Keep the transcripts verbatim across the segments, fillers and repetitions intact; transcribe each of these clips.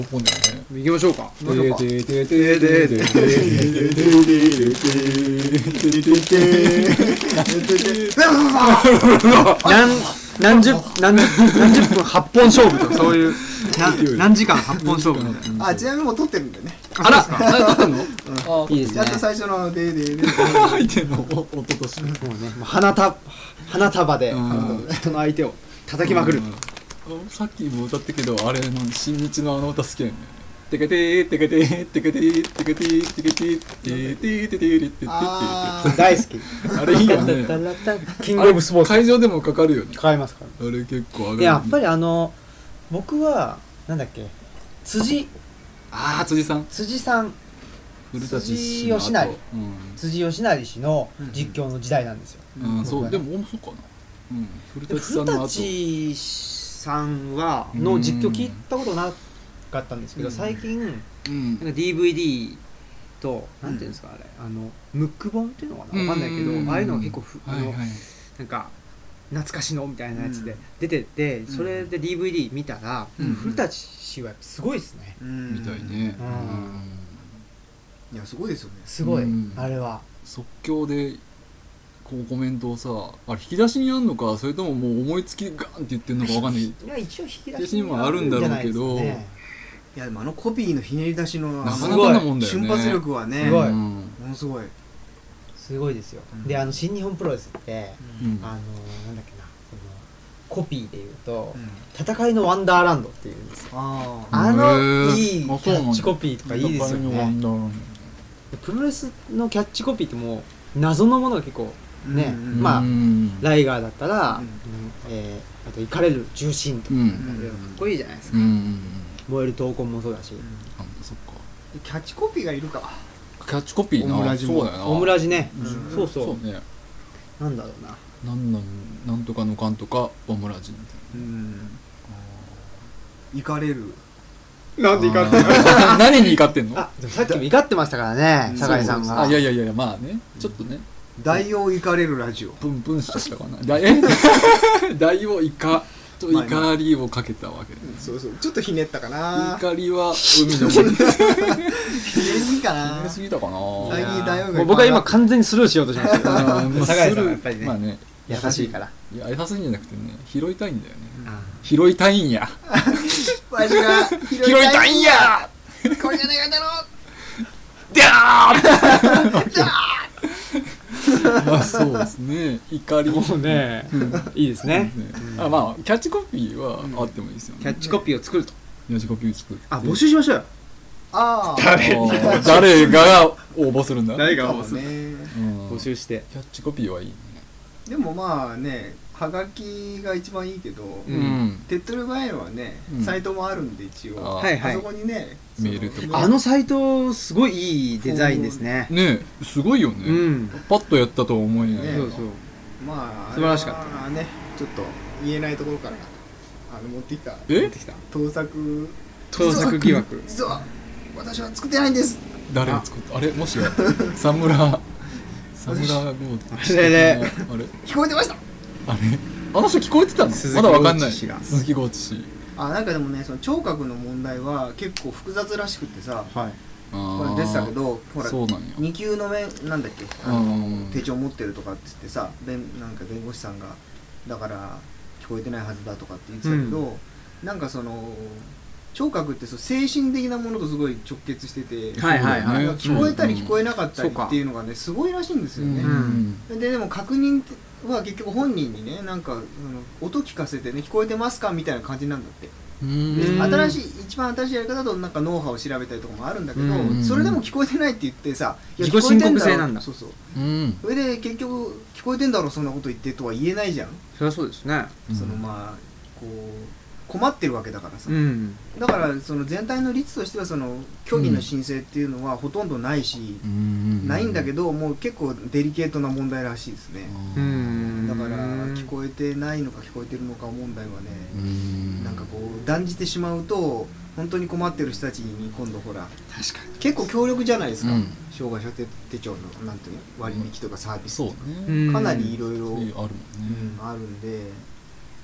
本だよね。 行きましょうか。 ででででででででで何十何何十分八本勝負とかそういう何時間八本勝負みたいな。 あ、ちなみにもう撮ってるんだよね。 あら、 撮ってんの？ いいですね。 やっと最初のででで入ってんの？おととし。 もうね、花束花束で人の相手を叩きまくる。 さっきも歌ったけど、あれの新日のあの歌好きなんだよね。テケテーテケテーテケテーテケテーテケテーテケテーテケテーテケテーテ大好き。 あれいいよね。 キングオブスポーツ。 会場でもかかるよね。 かかりますから。 あれ結構上がる。 やっぱりあの僕はなんだっけ、辻ああ辻さん辻さん古舘辻吉成辻吉成氏の実況の時代なんですよ。 うん、そうでもそうかな。うん、古舘さんの後。 古舘さんはの実況聞いたことなかったんですけど、うん、最近、うん、なんか ディーブイディー と、うん、なんていうんですかあれ、あのムック本っていうのかな、わかんないけど、うん、ああいうのが結構ふ、はいはい、あのなんか懐かしのみたいなやつで出てて、うん、それで ディーブイディー 見たら、うん、古舘氏はすごいですね。 みたいね。 いやすごいですよね。 すごい、 うん、 あれは即興でこうコメントをさ、あれ引き出しにあんのか、それとももう思いつきでガーンって言ってんのかわかんない。いや一応引き出しにもあるんだろうけど、 いやでもあのコピーのひねり出しのなかなかなもんだよね。 瞬発力はね、 すごい、 ものすごいすごいですよ。うん、であの新日本プロレスって、うん、あのなんだっけな、そのコピーで言うと、うん、戦いのワンダーランドっていうんですよ。ああのいいキャッチコピーとかいいですよね。プロレスのキャッチコピーってもう謎のものが結構ね、うんうん、まあライガーだったら、うんえー、あと怒れる重心とか、うん、かっこいいじゃないですか、うん、燃える闘魂もそうだし、うん、 あそっかキャッチコピーがいるか。 キャッチコピーな、 オムラジもそうだよな、 オムラジね、うん、そうそう、 そうね、 なんだろうな、 なんなんなんとかのかんとかオムラジみたいな、うん、 怒れる、 なんで怒ってんの何に怒ってんの？ あ、でもさっきも怒ってましたからね、酒井さんが。 あ、いやいやいやまあね、ちょっとね、 大王怒れるラジオプンプンしちゃったかな。え大王イカと怒りをかけたわけで、 そうそう、ちょっとひねったかな。 怒りは海の森ひねりすぎかな。 ひねりすぎたかな。 最近大王が僕は今完全にスルーしようとしましたけど、 酒井さんはやっぱりね、 まあね、 優しいから。 いや優しいんじゃなくてね、拾いたいんだよね。拾いたいんや。 わしが拾いたいんや。 これじゃないかだろ。 ダーッ。まあそうですね。怒りもうね、いいですね。 あ、まあキャッチコピーはあってもいいですよね。 キャッチコピーを作ると。 キャッチコピーを作る。 あ、募集しましょうよ。 ああ。 誰誰が応募するんだ。 誰が応募する。募集して。 キャッチコピーはいいね。 でもまあね、はがきが一番いいけど、手っ取り早いのはね、サイトもあるんで一応、あそこにね、 メールとか。 あのサイトすごいいいデザインですね。 ね、すごいよね。パッとやったとは思えない。 そうそう。まあ素晴らしかったね。ちょっと言えないところからあの持ってきた。 え？ 盗作盗作疑惑。 実は私は作ってないんです。 誰が作った？あれもしやサムラサムラゴーあれれあれ聞こえてました。 あれあの人聞こえてたの？まだわかんない。鈴木豪地氏。 あ、なんかでもね、その聴覚の問題は結構複雑らしくってさ、はい、これ出てたけど、ほらに級の面なんだっけ、あの手帳持ってるとかって言ってさ、弁なんか弁護士さんがだから聞こえてないはずだとかって言ってたけど、うん、なんかその聴覚ってそう精神的なものとすごい直結してて、 はいはいはい、 聞こえたり聞こえなかったりっていうのがねすごいらしいんですよね。うんうん、ででも確認は結局本人にね、なんかその音聞かせてね、聞こえてますかみたいな感じなんだって。で新しい一番新しいやり方だとなんかノウハウを調べたりとかもあるんだけど、それでも聞こえてないって言ってさ、 いや自己申告制なんだ。 そうそう。それで結局聞こえてんだろそんなこと言ってとは言えないじゃん。 そりゃそうですね。 そのまあこう困ってるわけだからさ、うん、だからその全体の率としてはその虚偽の申請っていうのはほとんどないし、うん、ないんだけどもう結構デリケートな問題らしいですね。うん、だから聞こえてないのか聞こえてるのか問題はね、うん、なんかこう断じてしまうと本当に困ってる人たちに今度ほら確かに結構強力じゃないですか、うん、障害者手帳のなんていうの割引とかサービスとか、うん、かなりいろいろあるんで。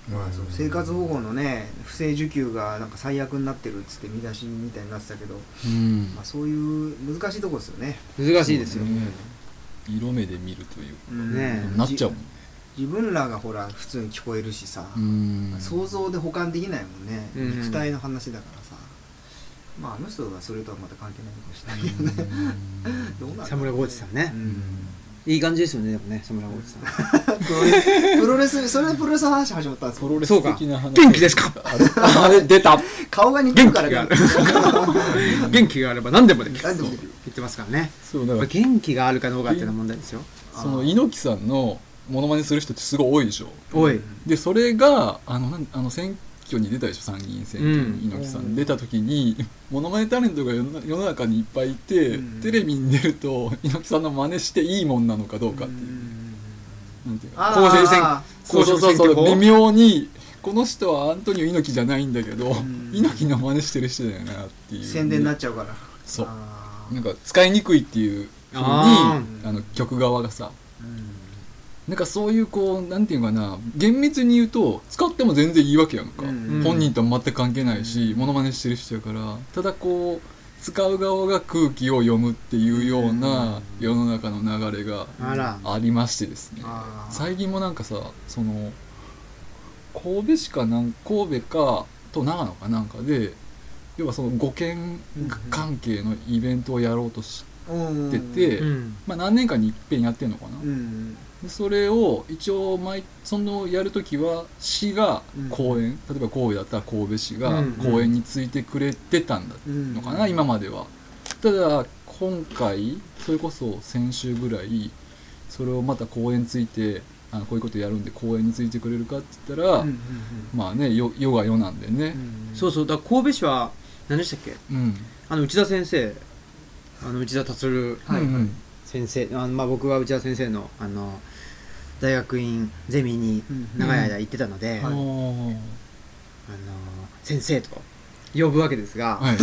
まあ、その生活保護のね不正受給がなんか最悪になってるっつって見出しみたいになってたけど、うんまあ、そういう難しいとこですよね。 難しいですよ、ね、 色目で見るというか、 うん、ねなっちゃうもんね。 自分らがほら普通に聞こえるしさ、うん、想像で補完できないもんね、うん、肉体の話だからさ、まああの人はそれとはまた関係ないかもしれないけどね、うん、どうなんだろうね。 サムラゴーチさんね、うんいい感じですよね、でもね、サムラゴーチさん。 プロレス、それでプロレスの話始まったんですか。 プロレス的な話。 元気ですか。 あれ出た。 顔が似てるからね。 元気があれば何でもできる。言ってますからね。そうだから元気があるかどうかっていうのは問題ですよ。 その猪木さんのモノマネする人ってすごい多いでしょ。 多い。 でそれがあのなんあの選挙に出たでしょ、参議院選挙に猪木さん出た時にモノマネタレントが世の中にいっぱいいて、うん、テレビに出ると猪木さんの真似していいもんなのかどうかっていう、うん、なんていうか公正選そうそうそうそう微妙にこの人はアントニオ猪木じゃないんだけど、うん、猪木の真似してる人だよなっていう宣伝になっちゃうから、 そうなんか使いにくいっていう風にああの局側がさ、なんかそういうこうなんていうかな厳密に言うと使っても全然いいわけやんか、うんうん、本人とは全く関係ないし、うん、モノマネしてる人やから、ただこう使う側が空気を読むっていうような世の中の流れがありましてですね、最近もなんかさその神戸市かなん神戸かと長野かなんかで要はその護県関係のイベントをやろうとしてて、うんうん、まあ何年かに一遍やってんのかな、うんでそれを一応毎そのやるときは市が公園、うん、例えば神戸だったら神戸市が公園についてくれてたんだのかな、うん、今までは。ただ今回それこそ先週ぐらいそれをまた公園についてあのこういうことやるんで公園についてくれるかって言ったら、うんうんうん、まあね世が世なんでね、 うん、そうそうだから神戸市は何でしたっけ、うん、あの内田先生あの内田達郎、はいはい、先生あの、まあ、僕は内田先生のあの大学院ゼミに長い間行ってたので、うんはい、あの先生と呼ぶわけですが、はい、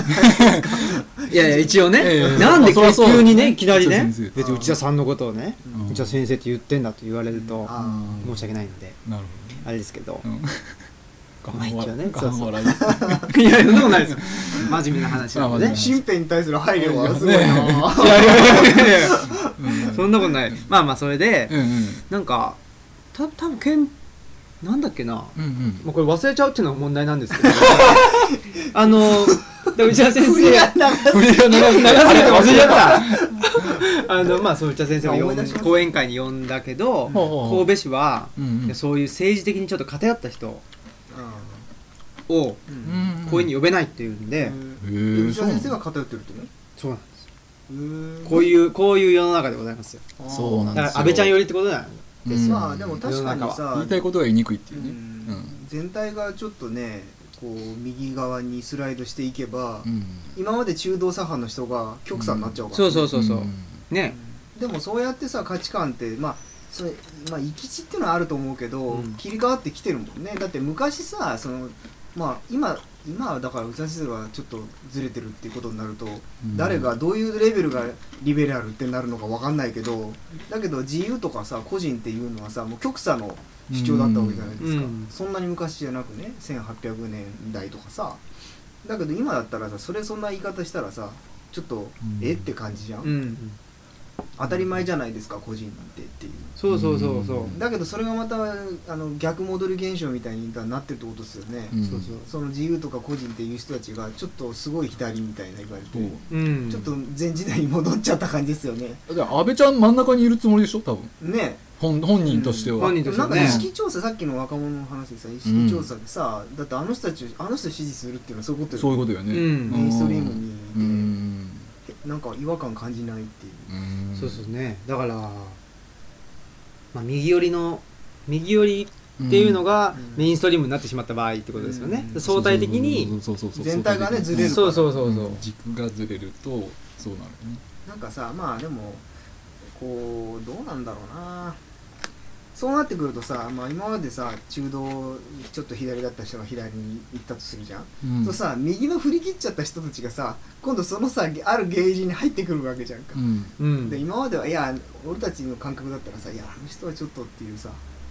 いやいや一応ね、えー、なんで急にねいきなりね別に内田さんのことをね、うん、内田先生って言ってんだと言われると、うん、申し訳ないので、なるほどあれですけど、うん、まあ一応ねそうそういやいやそんなことないですよ真面目な話なので、ね、 身辺に対する配慮はすごいな、ね、いやいやいやそんなことないまあまあそれで、うんうん、なんかた多分けんなんだっけな、うんうん、もうこれ忘れちゃうっていうのが問題なんですけどあの内田先生振りが長すぎて忘れちゃったあのまあそう内田先生が講演会に呼んだけど神戸市は、うんうん、そういう政治的にちょっと偏った人を講演に呼べないっていうんで、 内田先生が偏ってるってね。 そうなんですよ。こういうこういう世の中でございますよ。 そうなんですよ。 だから安倍ちゃん寄りってことなんですよ。 まあでも確かにさ言いたいことが言いにくいっていうね。うんうん、全体がちょっとねこう右側にスライドしていけば、うん、今まで中道左派の人が極左になっちゃうから、 ねうん、そうそうそうそう、うん、ね。 でもそうやってさ価値観ってまあそれまあ行き地っていうのはあると思うけど、うん、切り替わってきてるもんね。だって昔さそのまあ今今はだから内田先生はちょっとずれてるっていうことになると、うん、誰がどういうレベルがリベラルってなるのか分かんないけど、だけど自由とかさ個人っていうのはさもう極左の主張だったわけじゃないですか、うん、そんなに昔じゃなくねせんはっぴゃくねんだいとかさ。だけど今だったらさそれそんな言い方したらさちょっと、うん、えって感じじゃん、うん、当たり前じゃないですか個人なんてっていう。 そうそうそうそう。 だけどそれがまたあの逆戻り現象みたいになってるってことですよね、うん、そうそう。その自由とか個人っていう人たちがちょっとすごい左みたいな言われて、うん、ちょっと前時代に戻っちゃった感じですよね。 だから安倍ちゃん真ん中にいるつもりでしょ多分ね。 本, 本人としては、うん、 本人としてはね。 なんか意識調査さっきの若者の話でさ意識調査でさ、うん、だってあの人たちあの人支持するっていうのはそういうことよね。 そういうことよね、 うん、メインストリームにいて、うん、なんか違和感感じないっていう、 うん、そうそうね。だから、まあ、右寄りの右寄りっていうのがメインストリームになってしまった場合ってことですよね、うん、相対的に全体がねずれるからそうそうそうそう、 軸がずれるとそうなるね。 なんかさまあでもこうどうなんだろうな。そうなってくるとさ、まあ、今までさ中道ちょっと左だった人が左に行ったとするじゃん、うん、とさ右の振り切っちゃった人たちがさ今度そのさあるゲージに入ってくるわけじゃんか、うん、で今まではいや俺たちの感覚だったらさいやあの人はちょっとっていうさ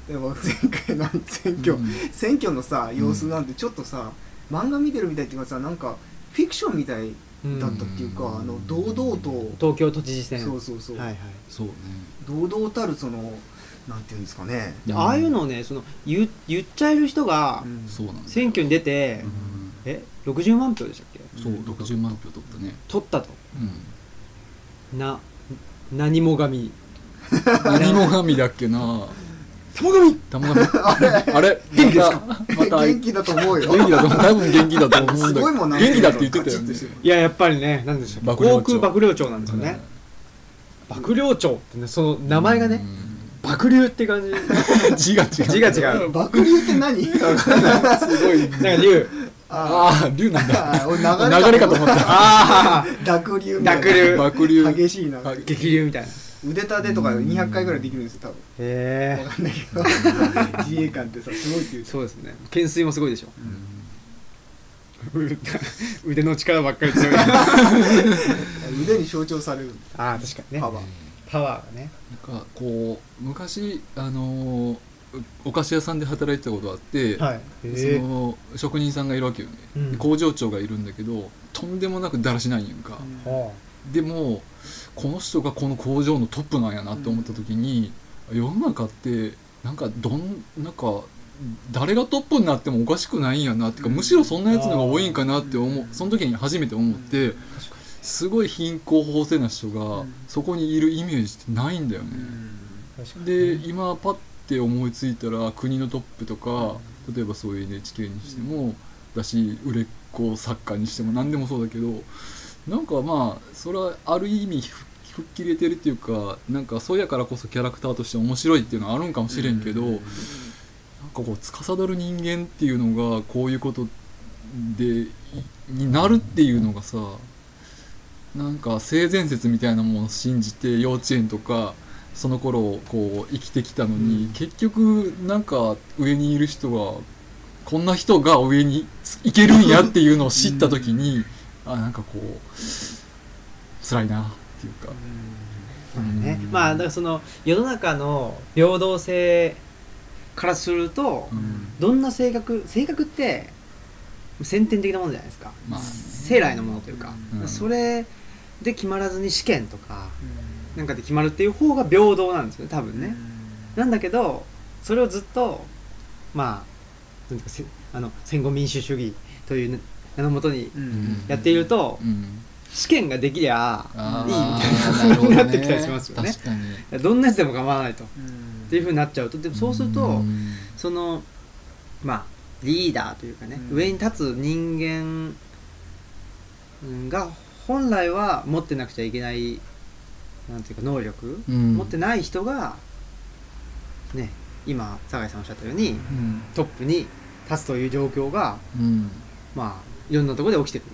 でも前回の選挙、うん、選挙のさ様子なんてちょっとさ、うん、漫画見てるみたいっていうかさ、なんかフィクションみたいだったっていうか、うん、あの堂々と東京都知事選、 そうそうそう、 はいはい、 そうね、 堂々たるそのなんていうんですかね、 うん、ああいうのをね、その 言, 言っちゃえる人が選挙に出て、うん、えろくじゅうまん票でしたっけ？ そう、ろくじゅうまん票取ったね。 取ったと、うん、な何も神何も神だっけな、 玉神玉神あれあれ元気ですか？ また元気だと思うよ。 元気だと思う、多分元気だと思うんだけど、すごいもん、元気だって言ってたよね。 いや、やっぱりね、なんでしょう、航空幕僚長なんですよね、うん、幕僚長ってね、その名前がね、うん、幕僚って感じ字が違う字が違う幕僚って何？すごいなんか竜、 ああ、竜なんだ。 流れかと思った。 ああ、濁流みたいな。 濁流。 濁流。 激しいな。 激流みたいな。 腕立てとかにひゃっかいぐらいできるんですよ、多分。 へえ。 わかんないけど。自衛官ってさ、すごいっていう。 そうですね。懸垂もすごいでしょ。うん、腕の力ばっかり強い。 腕に象徴される。 ああ、確かにね。 パワー。 パワーがね。 なんかこう昔あのー。お菓子屋さんで働いてたことがあって、はい、その職人さんがいるわけよね、うん、工場長がいるんだけど、とんでもなくだらしないんやんか、うん、でもこの人がこの工場のトップなんやなって思った時に、うん、世の中ってなんかどんなんか誰がトップになってもおかしくないんやなっていうか、むしろそんなやつのが多いんかなって思う、その時に初めて思って、すごい貧困法制な人がそこにいるイメージってないんだよね、で今パッって思いついたら国のトップとか、例えばそういう エヌエイチケー にしてもだし、売れっ子作家にしても何でもそうだけど、なんかまあそれはある意味吹っ切れてるっていうか、なんかそうやからこそキャラクターとして面白いっていうのはあるんかもしれんけど、なんかこう司る人間っていうのがこういうことでになるっていうのがさ、なんか性善説みたいなものを信じて幼稚園とかその頃こう生きてきたのに、うん、結局なんか上にいる人がこんな人が上に行けるんやっていうのを知った時に、うん、あなんかこう辛いなっていうか、 うんうんね、まあだからその世の中の平等性からすると、うん、どんな性格性格って先天的なものじゃないですか、まあ、生来のものというか、うん、それで決まらずに試験とか、うんなんかで決まるっていう方が平等なんですよね、多分ね。なんだけどそれをずっとまあなんていうかあの戦後民主主義という名のもとにやっていると、うんうん、試験ができりゃいいみたいなになってきたりしますよね。確かにどんなやつでも構わないと、うん、っていう風になっちゃうと、でもそうすると、うん、そのまあリーダーというかね、うん、上に立つ人間が本来は持ってなくちゃいけないなんていうか能力、うん、持ってない人がね、今酒井さんおっしゃったように、うん、トップに立つという状況が、うん、まあいろんなところで起きてくる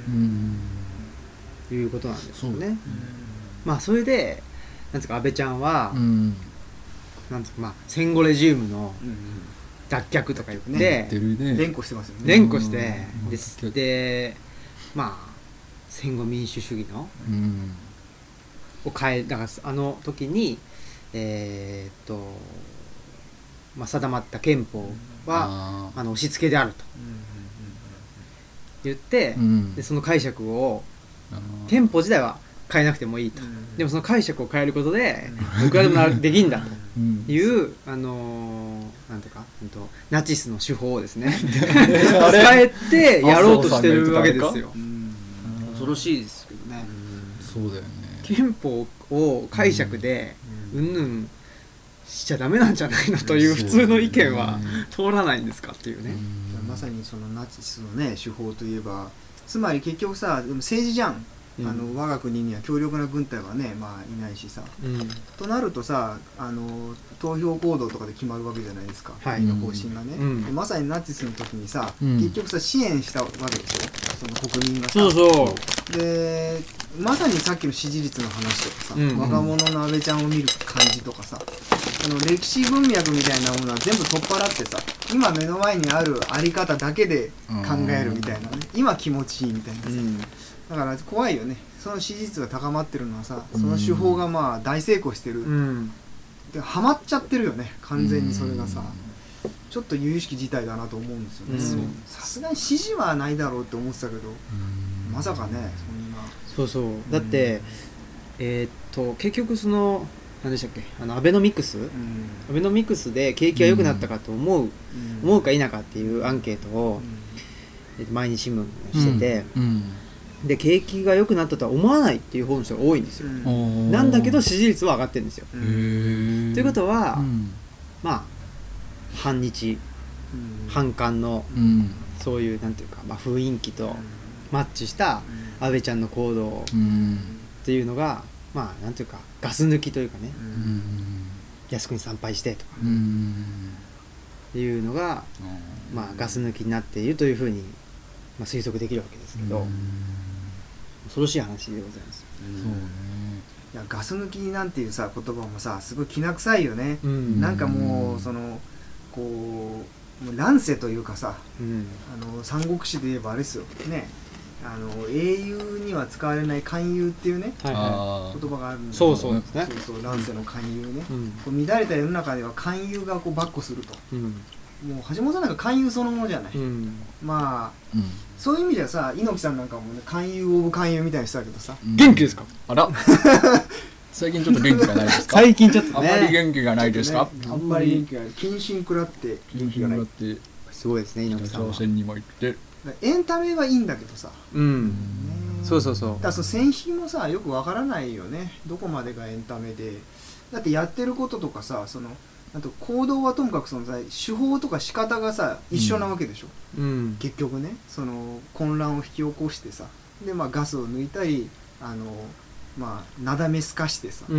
と、うん、いうことなんですよね。まあそれでなんていうか安倍ちゃんは、うん、なんていうかまあ戦後レジウムの脱却とか言って、 ね、連呼してますよね。 連呼して、うん、で, でまあ戦後民主主義の、うんを変えだからあの時にえー、っと、まあ、定まった憲法はあの押し付けであると言って、うん、でその解釈を憲法自体は変えなくてもいいと、うん、でもその解釈を変えることでいくらでもできんだという、うん、あのなんていうか、うん、とナチスの手法をですね使えてやろうとしてるわけですよ。恐ろしいですけどね。 そうだよね。 憲法を解釈でうんぬんしちゃダメなんじゃないのという普通の意見は通らないんですかっていうね。 まさにそのナチスのね手法といえば、つまり結局さ政治じゃん、うん、あの我が国には強力な軍隊はね、まあ、いないしさ、うん、となるとさあの投票行動とかで決まるわけじゃないですか、はい、国の方針がね、うん、でまさにナチスの時にさ、うん、結局さ支援したわけでしょ、その国民がさ。 そうそうでまさにさっきの支持率の話とかさ、うんうん、若者の安倍ちゃんを見る感じとかさ、あの歴史文脈みたいなものは全部取っ払ってさ、今目の前にあるあり方だけで考えるみたいなね、今気持ちいいみたいなさ、うん、だから怖いよね。その支持率が高まってるのはさ、その手法がまあ大成功してるでハマっちゃってるよね完全にそれがさ、ちょっと由々しき事態だなと思うんですよね。さすがに指示はないだろうって思ってたけど、まさかねそんな。 そうそう、だってえー、っと結局その何でしたっけ、あのアベノミクス、うん、アベノミクスで景気が良くなったかと思う、うん、思うか否かっていうアンケートを、うん、毎日新聞にしてて、うんうん、で景気が良くなったとは思わないっていう方の人が多いんですよ、うん、なんだけど支持率は上がってるんですよ、うん、ということは、うん、まあ反日、うん、反韓の、うん、そういうなんていうか、まあ、雰囲気とマッチした安倍ちゃんの行動っていうのが、まあなんていうかガス抜きというかね、うん、靖国参拝してとか、うん、っていうのが、うん、まあガス抜きになっているというふうに、まあ、推測できるわけですけど、うん、恐ろしい話でございます。 うん、そうね。いやガス抜きなんていうさ言葉もさすごいきな臭いよね、うん、なんかもうそのこうもう乱世というかさ、うん、あの三国志で言えばあれですよね、あの英雄には使われない勧誘っていうね、はいはい、言葉があるんで、 そうそうですね、 そうそう乱世の勧誘ね、うん、こう乱れた世の中では勧誘がこう跋扈すると、うん、もう橋本さんなんか勧誘そのものじゃない、うん、まあ、うん、そういう意味ではさ猪木さんなんかもね勧誘オブ勧誘みたいにしたけどさ、 うん、元気ですか？ あら最近ちょっと元気がないですか？ 最近ちょっとねあんまり元気がないですか？ ね、あんまり元気がない、謹慎食らって元気がない、 すごいですね猪木さんは。 朝鮮にも行ってエンタメはいいんだけどさ、うん、ね、 そうそうそう。 だからその線引きもさよくわからないよね。どこまでがエンタメで、だってやってることとかさ、そのあと行動はともかくそのさ手法とか仕方がさ一緒なわけでしょ。うん、結局ね、その混乱を引き起こしてさ、でまあガスを抜いたり、あのまあなだめすかしてさ、うん、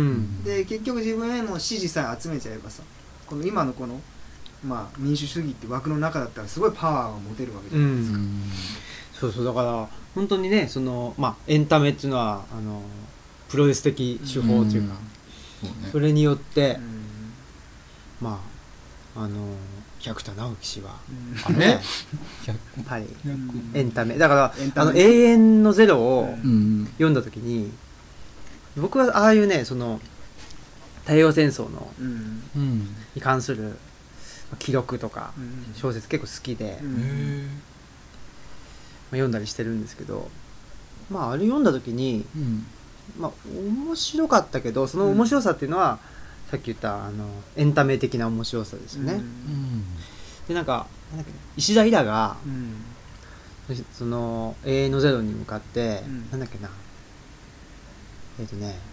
で結局自分への支持さえ集めちゃえばさ、この今のこのまあ、民主主義って枠の中だったらすごいパワーが持てるわけじゃないですか、うん、 そうそう、だから本当にねその、まあ、エンタメっていうのはあのプロレス的手法というか、うん そ, うね、それによって、うん、まああの百田直樹氏は、うん、あれはい、エンタメだからあの永遠のゼロを読んだ時に、うん、僕はああいうねその太平洋戦争の、うん、に関する記録とか小説結構好きで、うん、まあ、読んだりしてるんですけど、まああれ読んだ時に、うん、まあ面白かったけど、その面白さっていうのは、うん、さっき言ったあのエンタメ的な面白さですよね、うん、でなんか、なんだっけ、石田イラが、うん、その永遠のゼロに向かって、うん、なんだっけなえっ、ー、とね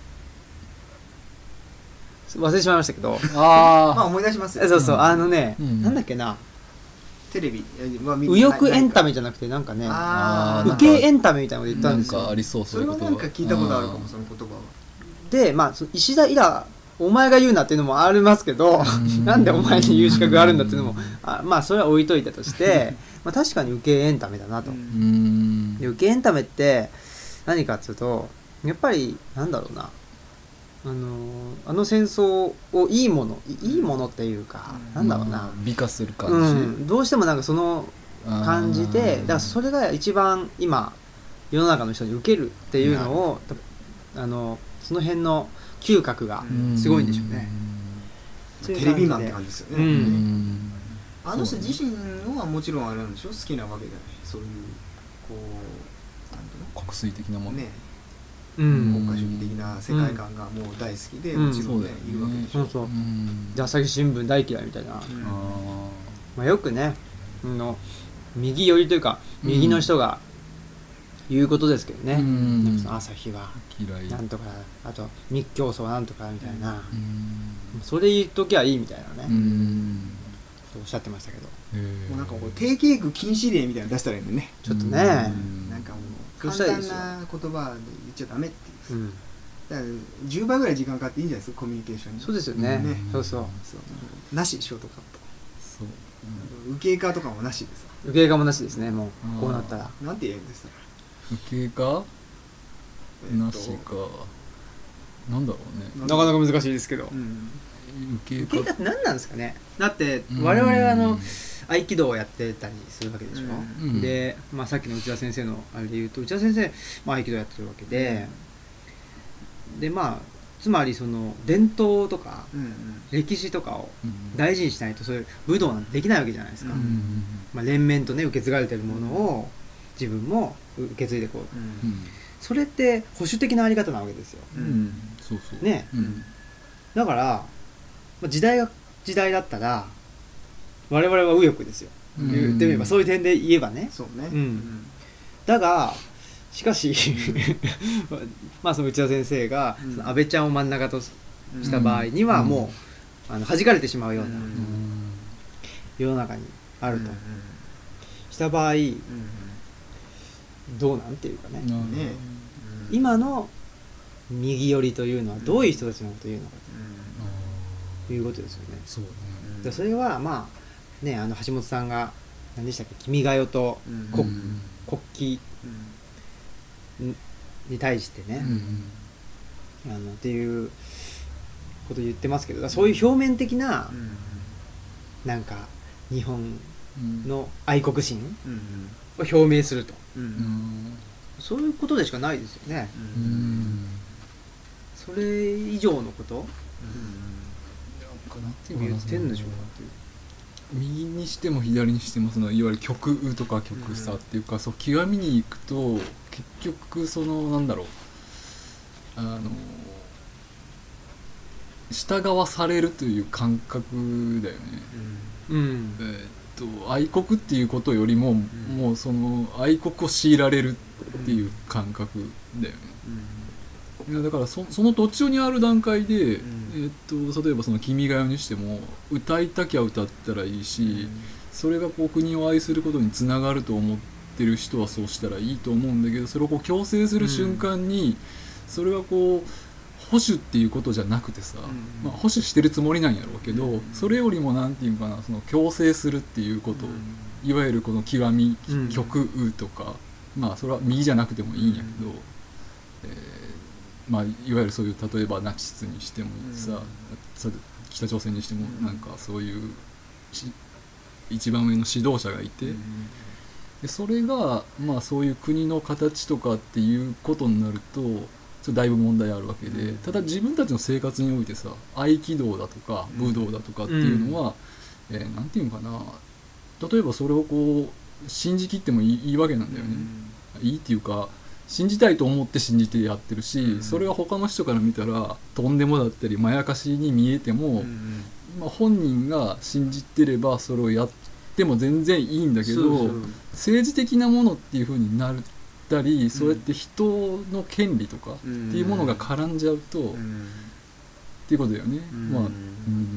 忘れてしまいましたけど、 あまあ思い出しますよ。 そうそう、あのね、うん、なんだっけな、 テレビ、 まあ、右翼エンタメじゃなくてなんかね、受けエンタメみたいなこと言ったんですよ。 なんかありそう、 そういうことは。それはなんか聞いたことあるかも、その言葉は。 で、まあ石田イラお前が言うなっていうのもありますけど、なんでお前に言う資格があるんだっていうのも、あまあそれは置いといたとして、まあ確かに受けエンタメだなと。で受けエンタメって何かっていうと、やっぱりなんだろうな。あのー、あの戦争をいいものいいものっていうか、うん、なんだろうな、 美化する感じ、 うん、どうしてもなんかその感じで、だからそれが一番今世の中の人に受けるっていうのを、あのその辺の嗅覚がすごいんでしょうね、 うん、テレビマンって感じですよね、うん、あの人自身はもちろんあれなんでしょ、好きなわけじゃない、そういうこうなんていうの国粋的なものね、 うん、 国家主義的な世界観がもう大好きで、うん、もちろんね、うん、いるわけでしょ。 そうそう、うん、で朝日新聞大嫌いみたいな、うん、まあ、よくねの右寄りというか右の人が言うことですけどね、うん、朝日はなんとか、あと日教組はなんとかみたいな、うん、それ言っときゃいいみたいなね、うん、そうおっしゃってましたけど、 もうなんかこう定型句禁止令みたいなの出したらいいのね、 ちょっとね、 なんかもう簡単な言葉で言っちゃダメっていう、うん、だからじゅうばいぐらい時間かかっていいんじゃないですか、コミュニケーションに。 そうですよね、ね、そうそうそうなし、ショートカット、そう、うん、受け化とかもなしでさ、 受け化もなしですね、もうこうなったらなんて言うんですか、 受け化、えー、なしかなんだろうね、 なかなか難しいですけど、うん、受け化って何なんですかね。だって我々はあの合気道をやってたりするわけでしょ、うん、で、まあ、さっきの内田先生のあれで言うと、内田先生、まあ、合気道やってるわけで、うん、でまあつまりその伝統とか歴史とかを大事にしないとそういう武道なんてできないわけじゃないですか、うんうん、まあ、連綿とね受け継がれてるものを自分も受け継いでいこう、うん、それって保守的なあり方なわけですよ、うん、 そうそうね、うん、だから、まあ、時代が時代だったら我々は右翼ですよ、うん、言ってみればそういう点で言えばね、 そうね、 うん、だがしかしまあその内田先生が、うん、その安倍ちゃんを真ん中とした場合にはもう、うん、あの弾かれてしまうような、うん、世の中にあると、うん、した場合、うん、どうなんていうかね、うん、今の右寄りというのはどういう人たちのことを言うのかということですよね。 そうね、 でそれはまあね、あの橋本さんが何でしたっけ、君が代と国、うん、国旗に対してね、うん、あのっていうことを言ってますけど、そういう表面的な、うん、なんか日本の愛国心を表明すると、うんうん、そういうことでしかないですよね、うん、それ以上のこと、うん、なんて言ってんでしょうかっていう。 右にしても左にしてもそのいわゆる極右とか極左っていうか、うん、そう極みに行くと結局そのなんだろう、あの従わされるという感覚だよね、うん、えー、っと愛国っていうことよりも、うん、もうその愛国を強いられるっていう感覚だよね、うん、いやだから そ, その途中にある段階で、うん、えー、っと例えばその君が代にしても歌いたきゃ歌ったらいいし、うん、それがこう国を愛することにつながると思ってる人はそうしたらいいと思うんだけど、それをこう強制する瞬間に、うん、それはこう保守っていうことじゃなくてさ、うん、まあ、保守してるつもりなんやろうけど、うん、それよりもなんていうかな、その強制するっていうこと、うん、いわゆるこの極み、うん、極右とか、まあそれは右じゃなくてもいいんやけど、うん、えーまあ、いわゆるそういう例えばナチスにしてもさ、うん、北朝鮮にしてもなんかそういう一番上の指導者がいて、うん、でそれがまあそういう国の形とかっていうことになるとだいぶ問題あるわけで、ただ自分たちの生活においてさ、合気道だとか武道だとかっていうのは、うん、えー、なんていうのかな、例えばそれをこう信じきってもいい、いいわけなんだよね、うん、いいっていうか信じたいと思って信じてやってるし、うん、それが他の人から見たらとんでもだったりまやかしに見えても、うん、まあ、本人が信じてればそれをやっても全然いいんだけど、そうそう、政治的なものっていう風になるたり、そうやって人の権利とかっていうものが絡んじゃうと、うん、っていうことだよね、うん、まあ、うん、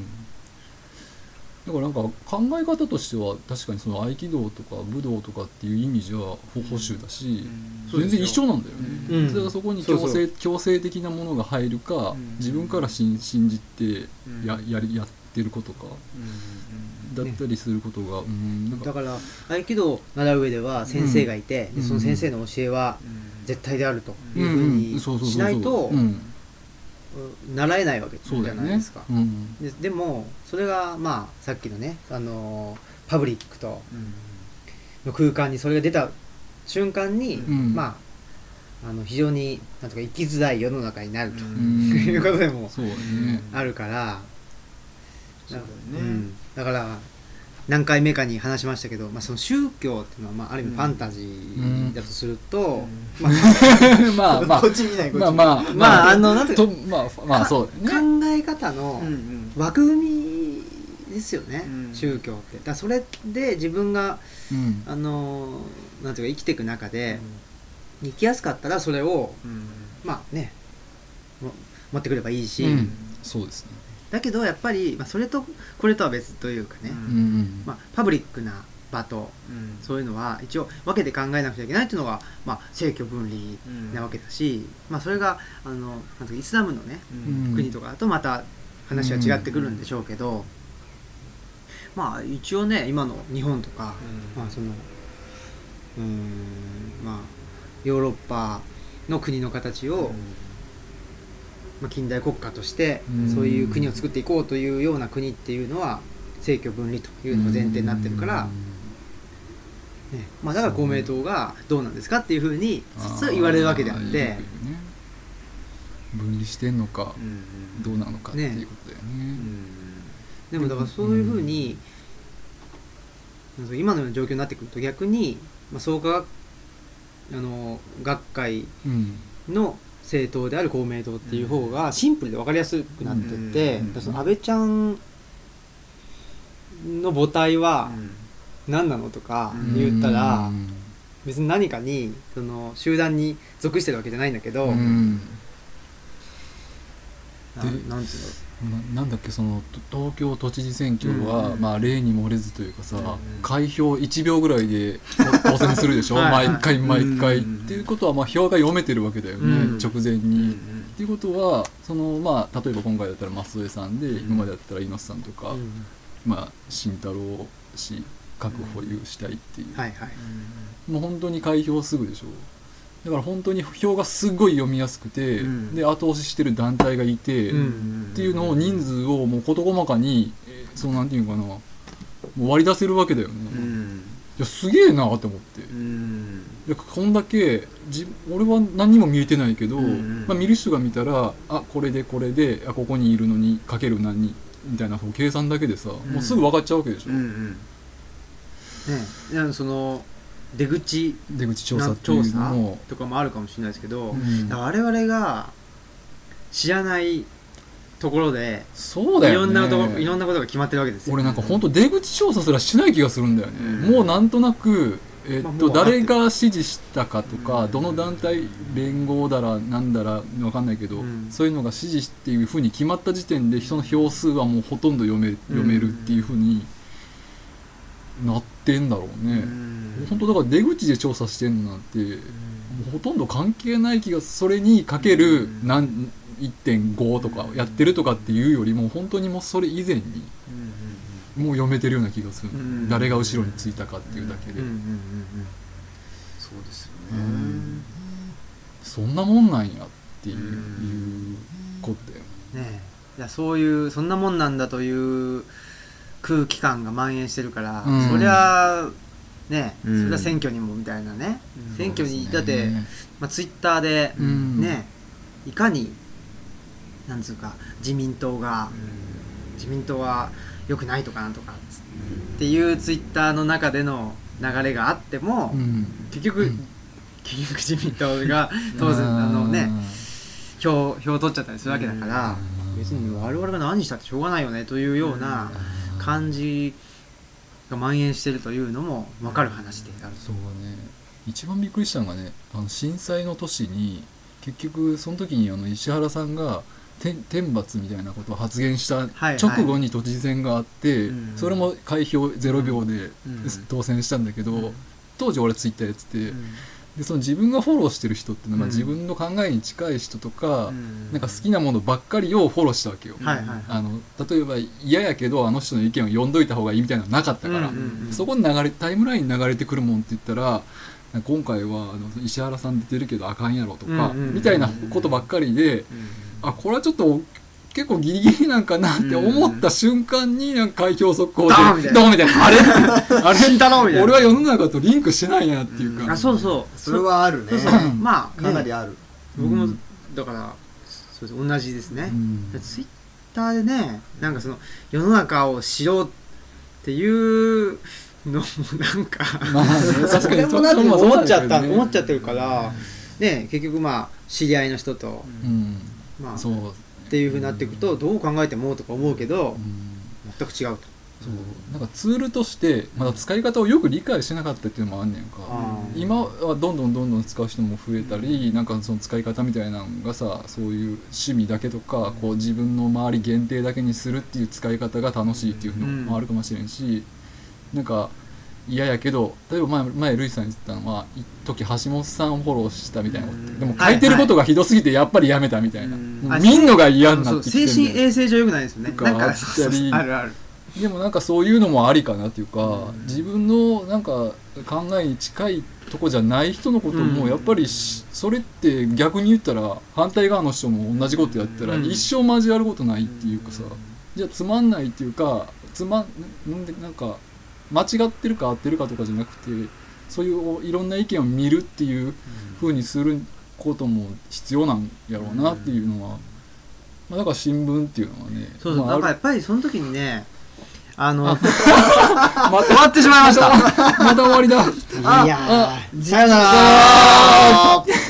だからなんか考え方としては確かにその合気道とか武道とかっていう意味じゃ保守だし、うん、全然一緒なんだよね、うん、だからそこに強制、そうそう、強制的なものが入るか、うん、自分から信じて や, や, りやってることか、うん、だったりすることが、ね、うん、なんかだから合気道を習う上では先生がいて、うん、でその先生の教えは絶対であるというふうにしないと習えないわけじゃないですか。で、うん、で, でもそれがまあさっきのね、あのー、パブリックとの空間にそれが出た瞬間に、うん、まああの非常になんとか生きづらい世の中になると、うん、いうことでもあるから、そうだよね、うん、だから何回目かに話しましたけど、まあ、その宗教っていうのは、まあ、ある意味ファンタジーだとすると、まあまあこっち見ないこっち見ない、 まあまああのなんていうか、 まあまあそうだよね、考え方の枠組みですよね、うん、宗教って。だからそれで自分が、うん、あのなんていうか生きていく中で、うん、生きやすかったらそれを、うん、まあね持ってくればいいし、うん、 そうですね。 だけどやっぱり、まあ、それとこれとは別というかね、うん、まあ、パブリックな場と、うん、そういうのは一応分けて考えなくちゃいけないっていうのが、まあ、政教分離なわけだし、うん、まあ、それがあのなんていうかイスラムのね、うん、国とかだとまた話は違ってくるんでしょうけど、うん、まあ一応ね今の日本とか、うん、まあそのうーんまあヨーロッパの国の形を、うん、まあ、近代国家としてそういう国を作っていこうというような国っていうのは政教分離というのが前提になってるから、ね、まあ、だから公明党がどうなんですかっていうふうに実は言われるわけであって、 分離してんのか、どうなのかっていうことだよね。ね、 でもだからそういうふうに、うん、今のような状況になってくると逆に、まあ、創価あの学会の政党である公明党っていう方がシンプルで分かりやすくなってて、うん、その安倍ちゃんの母体は何なのとか言ったら、うん、別に何かにその集団に属してるわけじゃないんだけど、うん、 な, なんていうのな, なんだっけその東京都知事選挙は、うんまあ、例に漏れずというかさ、うん、開票いちびょうぐらいで当選するでしょ毎回毎回、うん、っていうことは、まあ、票が読めてるわけだよね、うん、直前に、うん、っていうことはその、まあ、例えば今回だったら舛添さんで、うん、今までだったら猪瀬さんとか、うんまあ、慎太郎氏確保有したいっていう、うんはいはい、もう本当に開票すぐでしょ。だから本当に票がすごい読みやすくて、うん、で後押ししてる団体がいて、うん、っていうのを人数をもう事細かに、えー、そうなんていうかなもう割り出せるわけだよね、うん、いやすげえなって思って、うん、いやこんだけじ俺は何にも見えてないけど、うんまあ、見る人が見たらあこれでこれであここにいるのにかける何みたいな計算だけでさ、うん、もうすぐ分かっちゃうわけでしょ、うんうんね、その出口出口調査っていうのもとかもあるかもしれないですけど、うん、我々が知らないところでそうだよ、ね、 いろんなとこいろんなことが決まってるわけですよ。 俺なんか本当出口調査すらしない気がするんだよね、うん、もうなんとなく、えーっとまあ、誰が支持したかとか、うん、どの団体連合だらなんだら分かんないけど、うん、そういうのが支持っていうふうに決まった時点で人の票数はもうほとんど読め、読めるっていうふうになってんだろうね、うん、本当だから出口で調査してんなんて、うん、もうほとんど関係ない気がそれにかける何、うん、いってんご とかやってるとかっていうよりも本当にもうそれ以前にもう読めてるような気がする、うん、誰が後ろについたかっていうだけで、うんうんうんうん、 そうですよね、うん、 そんなもんなんやっていう、うん、いうことだよね。いやそういうそんなもんなんだという空気感が蔓延してるから、うん、そりゃね、うん、それは選挙にもみたいなね、うん、選挙に、ね、だって、まあ、ツイッターで、うん、ねいかになんつうか自民党が、うん、自民党は良くないとかなんとかっていうツイッターの中での流れがあっても、うん、結局、うん、結局自民党が当然あのね票票を取っちゃったりするわけだから、うん、別に我々が何したってしょうがないよねというような感じが蔓延しているというのも分かる話である。 そうね、一番びっくりしたのがね、あの震災の年に結局その時にあの石原さんが天罰みたいなことを発言した直後に都知事選があって、はいはい、それも開票ゼロびょうで当選したんだけど、うん、当時俺ツイッターやってて、うん、でその自分がフォローしてる人っていうのは、うん、自分の考えに近い人とか、うん、なんか好きなものばっかりをフォローしたわけよ、はいはいはい、あの例えば嫌やけどあの人の意見を読んどいた方がいいみたいなのなかったから、うんうんうん、そこに流れタイムラインに流れてくるもんって言ったら今回はあの石原さん出てるけどあかんやろとか、うんうんうん、みたいなことばっかりで、うん、あこれはちょっと結構ギリギリなんかなって思った瞬間になんか開票速報でドンみたいなあれあれ俺は世の中とリンクしてないなっていうか、 うん、あそうそうそれはあるね。 そうそうまあかなりある、 ね、僕もだからそうです同じですね、うん、ツイッターでねなんかその世の中を知ろうっていうのもなんかまあ、ね、確かにそれも思っちゃった、思っちゃってるからね結局まあ知り合いの人と、うん、まあそうっていう風になっていくとどう考えてもとか思うけど、うん、全く違うと。 そうなんかツールとしてまだ使い方をよく理解してなかったっていうのもあんねんか、うん、今はどんどんどんどん使う人も増えたり、うん、なんかその使い方みたいなのがさそういう趣味だけとかこう自分の周り限定だけにするっていう使い方が楽しいっていうのもあるかもしれんし、うん、なんか嫌やけど例えば前前ルイさんに言ったのは一時橋本さんをフォローしたみたいなこと、うん、でも書いてることがひどすぎてやっぱりやめたみたいな、うん、見んのが嫌になってきてる精神衛生上良くないですよね。 なんかあったりあるあるでもなんかそういうのもありかなっていうか、うん、自分のなんか考えに近いとこじゃない人のこともやっぱり、うん、それって逆に言ったら反対側の人も同じことやったら一生交わることないっていうかさ、うん、じゃあつまんないっていうかつまんでなんか間違ってるか合ってるかとかじゃなくてそういういろんな意見を見るっていう風にすることも必要なんやろうなっていうのは、まあ、だから新聞っていうのはね、 そうそう、 まあ、 なんかやっぱりその時にね、あの、あま終わってしまいました。 また終わりだ。 いやー、さよならー。